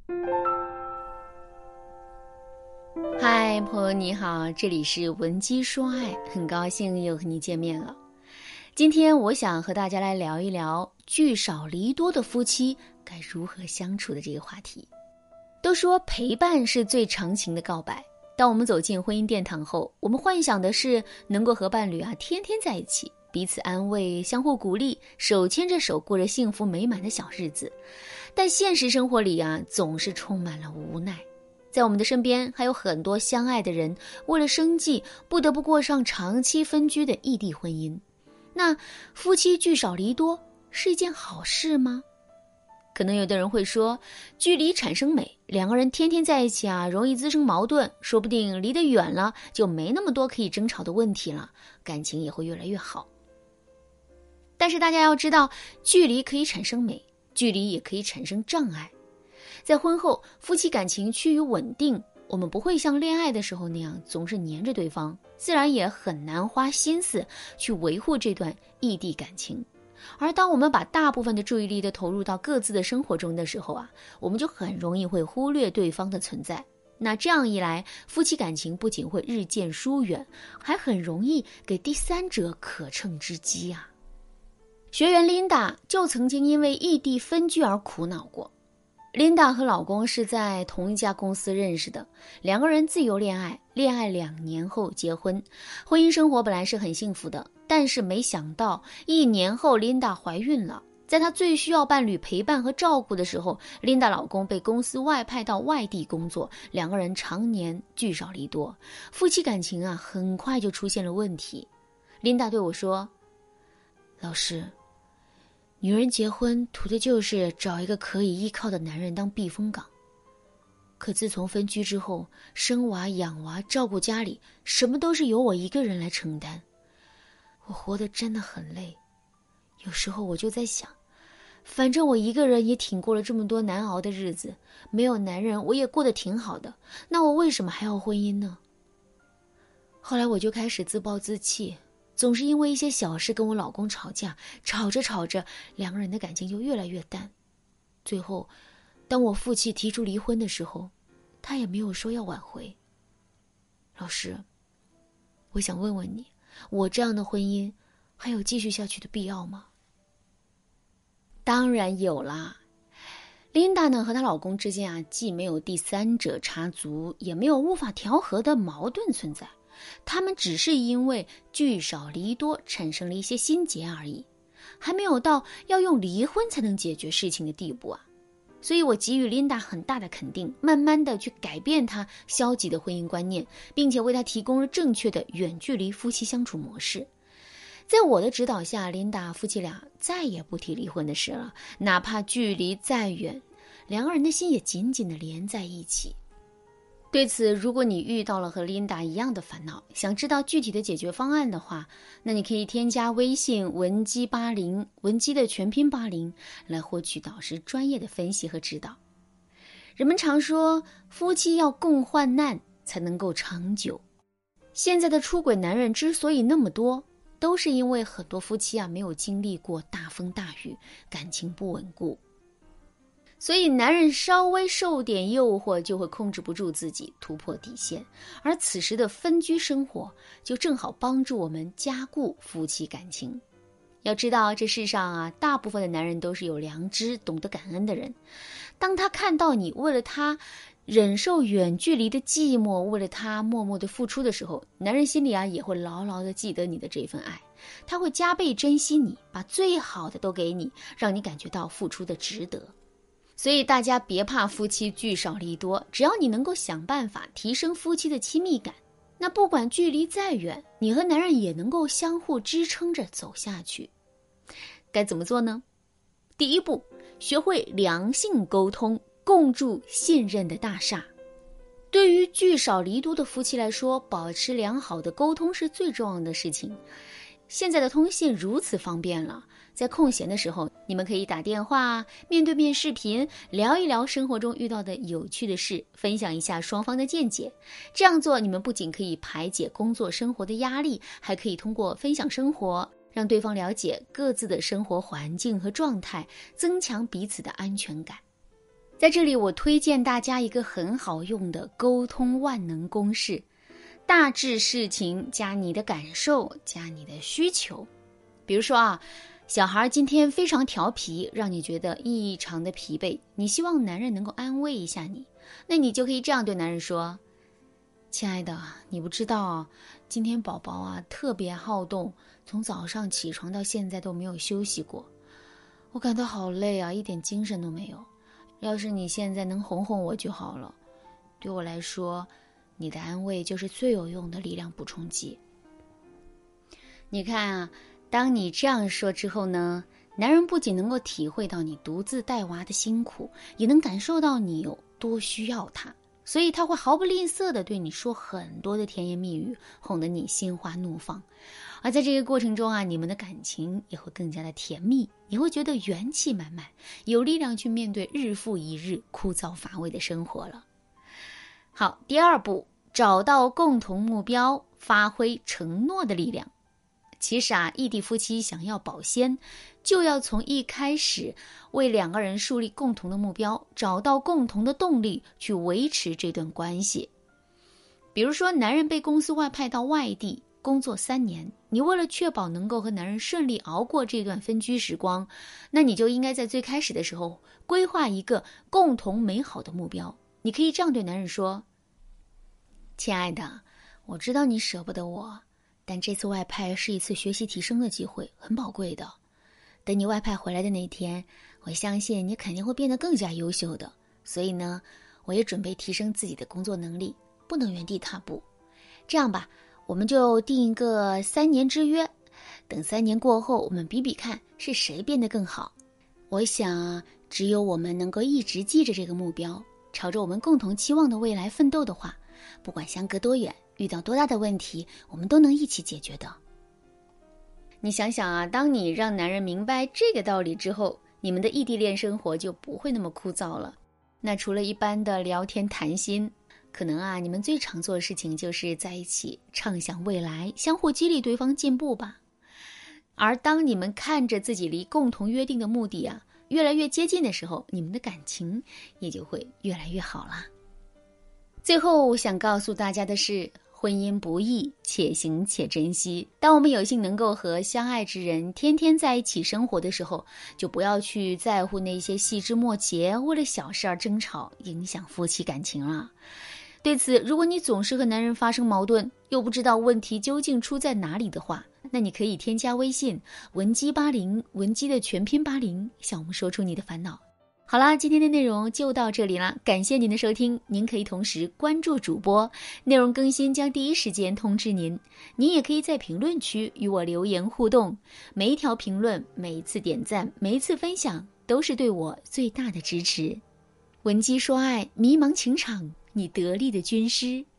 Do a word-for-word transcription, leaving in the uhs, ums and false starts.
嗨，朋友你好，这里是文姬说爱，很高兴又和你见面了。今天我想和大家来聊一聊聚少离多的夫妻该如何相处的这个话题。都说陪伴是最长情的告白，当我们走进婚姻殿堂后，我们幻想的是能够和伴侣啊天天在一起，彼此安慰，相互鼓励，手牵着手过着幸福美满的小日子。但现实生活里啊，总是充满了无奈。在我们的身边还有很多相爱的人，为了生计不得不过上长期分居的异地婚姻。那夫妻聚少离多是一件好事吗？可能有的人会说，距离产生美，两个人天天在一起啊，容易滋生矛盾，说不定离得远了就没那么多可以争吵的问题了，感情也会越来越好。但是大家要知道，距离可以产生美，距离也可以产生障碍。在婚后，夫妻感情趋于稳定，我们不会像恋爱的时候那样总是黏着对方，自然也很难花心思去维护这段异地感情。而当我们把大部分的注意力都投入到各自的生活中的时候啊，我们就很容易会忽略对方的存在。那这样一来，夫妻感情不仅会日渐疏远，还很容易给第三者可乘之机啊。学员琳达就曾经因为异地分居而苦恼过。琳达和老公是在同一家公司认识的，两个人自由恋爱，恋爱两年后结婚，婚姻生活本来是很幸福的，但是没想到一年后琳达怀孕了。在她最需要伴侣陪伴和照顾的时候，琳达老公被公司外派到外地工作，两个人常年聚少离多，夫妻感情啊很快就出现了问题。琳达对我说，老师，女人结婚图的就是找一个可以依靠的男人当避风港，可自从分居之后，生娃养娃照顾家里，什么都是由我一个人来承担，我活得真的很累。有时候我就在想，反正我一个人也挺过了这么多难熬的日子，没有男人我也过得挺好的，那我为什么还要婚姻呢？后来我就开始自暴自弃，总是因为一些小事跟我老公吵架，吵着吵着，两个人的感情就越来越淡。最后，当我负气提出离婚的时候，他也没有说要挽回。老师，我想问问你，我这样的婚姻还有继续下去的必要吗？当然有啦。琳达呢和她老公之间啊，既没有第三者插足，也没有无法调和的矛盾存在。他们只是因为聚少离多产生了一些心结而已，还没有到要用离婚才能解决事情的地步啊。所以我给予琳达很大的肯定，慢慢的去改变她消极的婚姻观念，并且为她提供了正确的远距离夫妻相处模式。在我的指导下，琳达夫妻俩再也不提离婚的事了，哪怕距离再远，两个人的心也紧紧地连在一起。对此，如果你遇到了和琳达一样的烦恼，想知道具体的解决方案的话，那你可以添加微信文姬八零，文姬的全拼八零，来获取导师专业的分析和指导。人们常说，夫妻要共患难才能够长久。现在的出轨男人之所以那么多，都是因为很多夫妻啊没有经历过大风大雨，感情不稳固。所以男人稍微受点诱惑就会控制不住自己，突破底线，而此时的分居生活就正好帮助我们加固夫妻感情。要知道这世上啊，大部分的男人都是有良知懂得感恩的人，当他看到你为了他忍受远距离的寂寞，为了他默默的付出的时候，男人心里啊也会牢牢的记得你的这份爱，他会加倍珍惜你，把最好的都给你，让你感觉到付出的值得。所以大家别怕夫妻聚少离多，只要你能够想办法提升夫妻的亲密感，那不管距离再远，你和男人也能够相互支撑着走下去。该怎么做呢？第一步，学会良性沟通，共筑信任的大厦。对于聚少离多的夫妻来说，保持良好的沟通是最重要的事情。现在的通信如此方便了，在空闲的时候，你们可以打电话、面对面视频，聊一聊生活中遇到的有趣的事，分享一下双方的见解。这样做，你们不仅可以排解工作生活的压力，还可以通过分享生活，让对方了解各自的生活环境和状态，增强彼此的安全感。 在这里我推荐大家一个很好用的沟通万能公式，大致事情加你的感受加你的需求。比如说啊，小孩今天非常调皮，让你觉得异常的疲惫，你希望男人能够安慰一下你，那你就可以这样对男人说：亲爱的，你不知道今天宝宝啊特别好动，从早上起床到现在都没有休息过，我感到好累啊，一点精神都没有。要是你现在能哄哄我就好了，对我来说，你的安慰就是最有用的力量补充剂。你看啊，当你这样说之后呢，男人不仅能够体会到你独自带娃的辛苦，也能感受到你有多需要他，所以他会毫不吝啬地对你说很多的甜言蜜语，哄得你心花怒放。而在这个过程中啊，你们的感情也会更加的甜蜜，你会觉得元气满满，有力量去面对日复一日枯燥乏味的生活了。好，第二步，找到共同目标，发挥承诺的力量。其实啊，异地夫妻想要保鲜，就要从一开始为两个人树立共同的目标，找到共同的动力去维持这段关系。比如说，男人被公司外派到外地工作三年，你为了确保能够和男人顺利熬过这段分居时光，那你就应该在最开始的时候规划一个共同美好的目标。你可以这样对男人说：亲爱的，我知道你舍不得我，但这次外派是一次学习提升的机会，很宝贵的。等你外派回来的那天，我相信你肯定会变得更加优秀的。所以呢，我也准备提升自己的工作能力，不能原地踏步。这样吧，我们就定一个三年之约，等三年过后，我们比比看是谁变得更好。我想，只有我们能够一直记着这个目标，朝着我们共同期望的未来奋斗的话，不管相隔多远，遇到多大的问题，我们都能一起解决的。你想想啊，当你让男人明白这个道理之后，你们的异地恋生活就不会那么枯燥了。那除了一般的聊天谈心，可能啊，你们最常做的事情就是在一起畅想未来，相互激励对方进步吧。而当你们看着自己离共同约定的目的啊越来越接近的时候，你们的感情也就会越来越好啦。最后想告诉大家的是，婚姻不易，且行且珍惜。当我们有幸能够和相爱之人天天在一起生活的时候，就不要去在乎那些细枝末节，为了小事而争吵，影响夫妻感情了。对此，如果你总是和男人发生矛盾，又不知道问题究竟出在哪里的话，那你可以添加微信文姬八零，文姬的全拼八零，向我们说出你的烦恼。好啦，今天的内容就到这里了，感谢您的收听。您可以同时关注主播，内容更新将第一时间通知您。您也可以在评论区与我留言互动，每一条评论，每一次点赞，每一次分享，都是对我最大的支持。文姬说爱，迷茫情场，你得力的军师。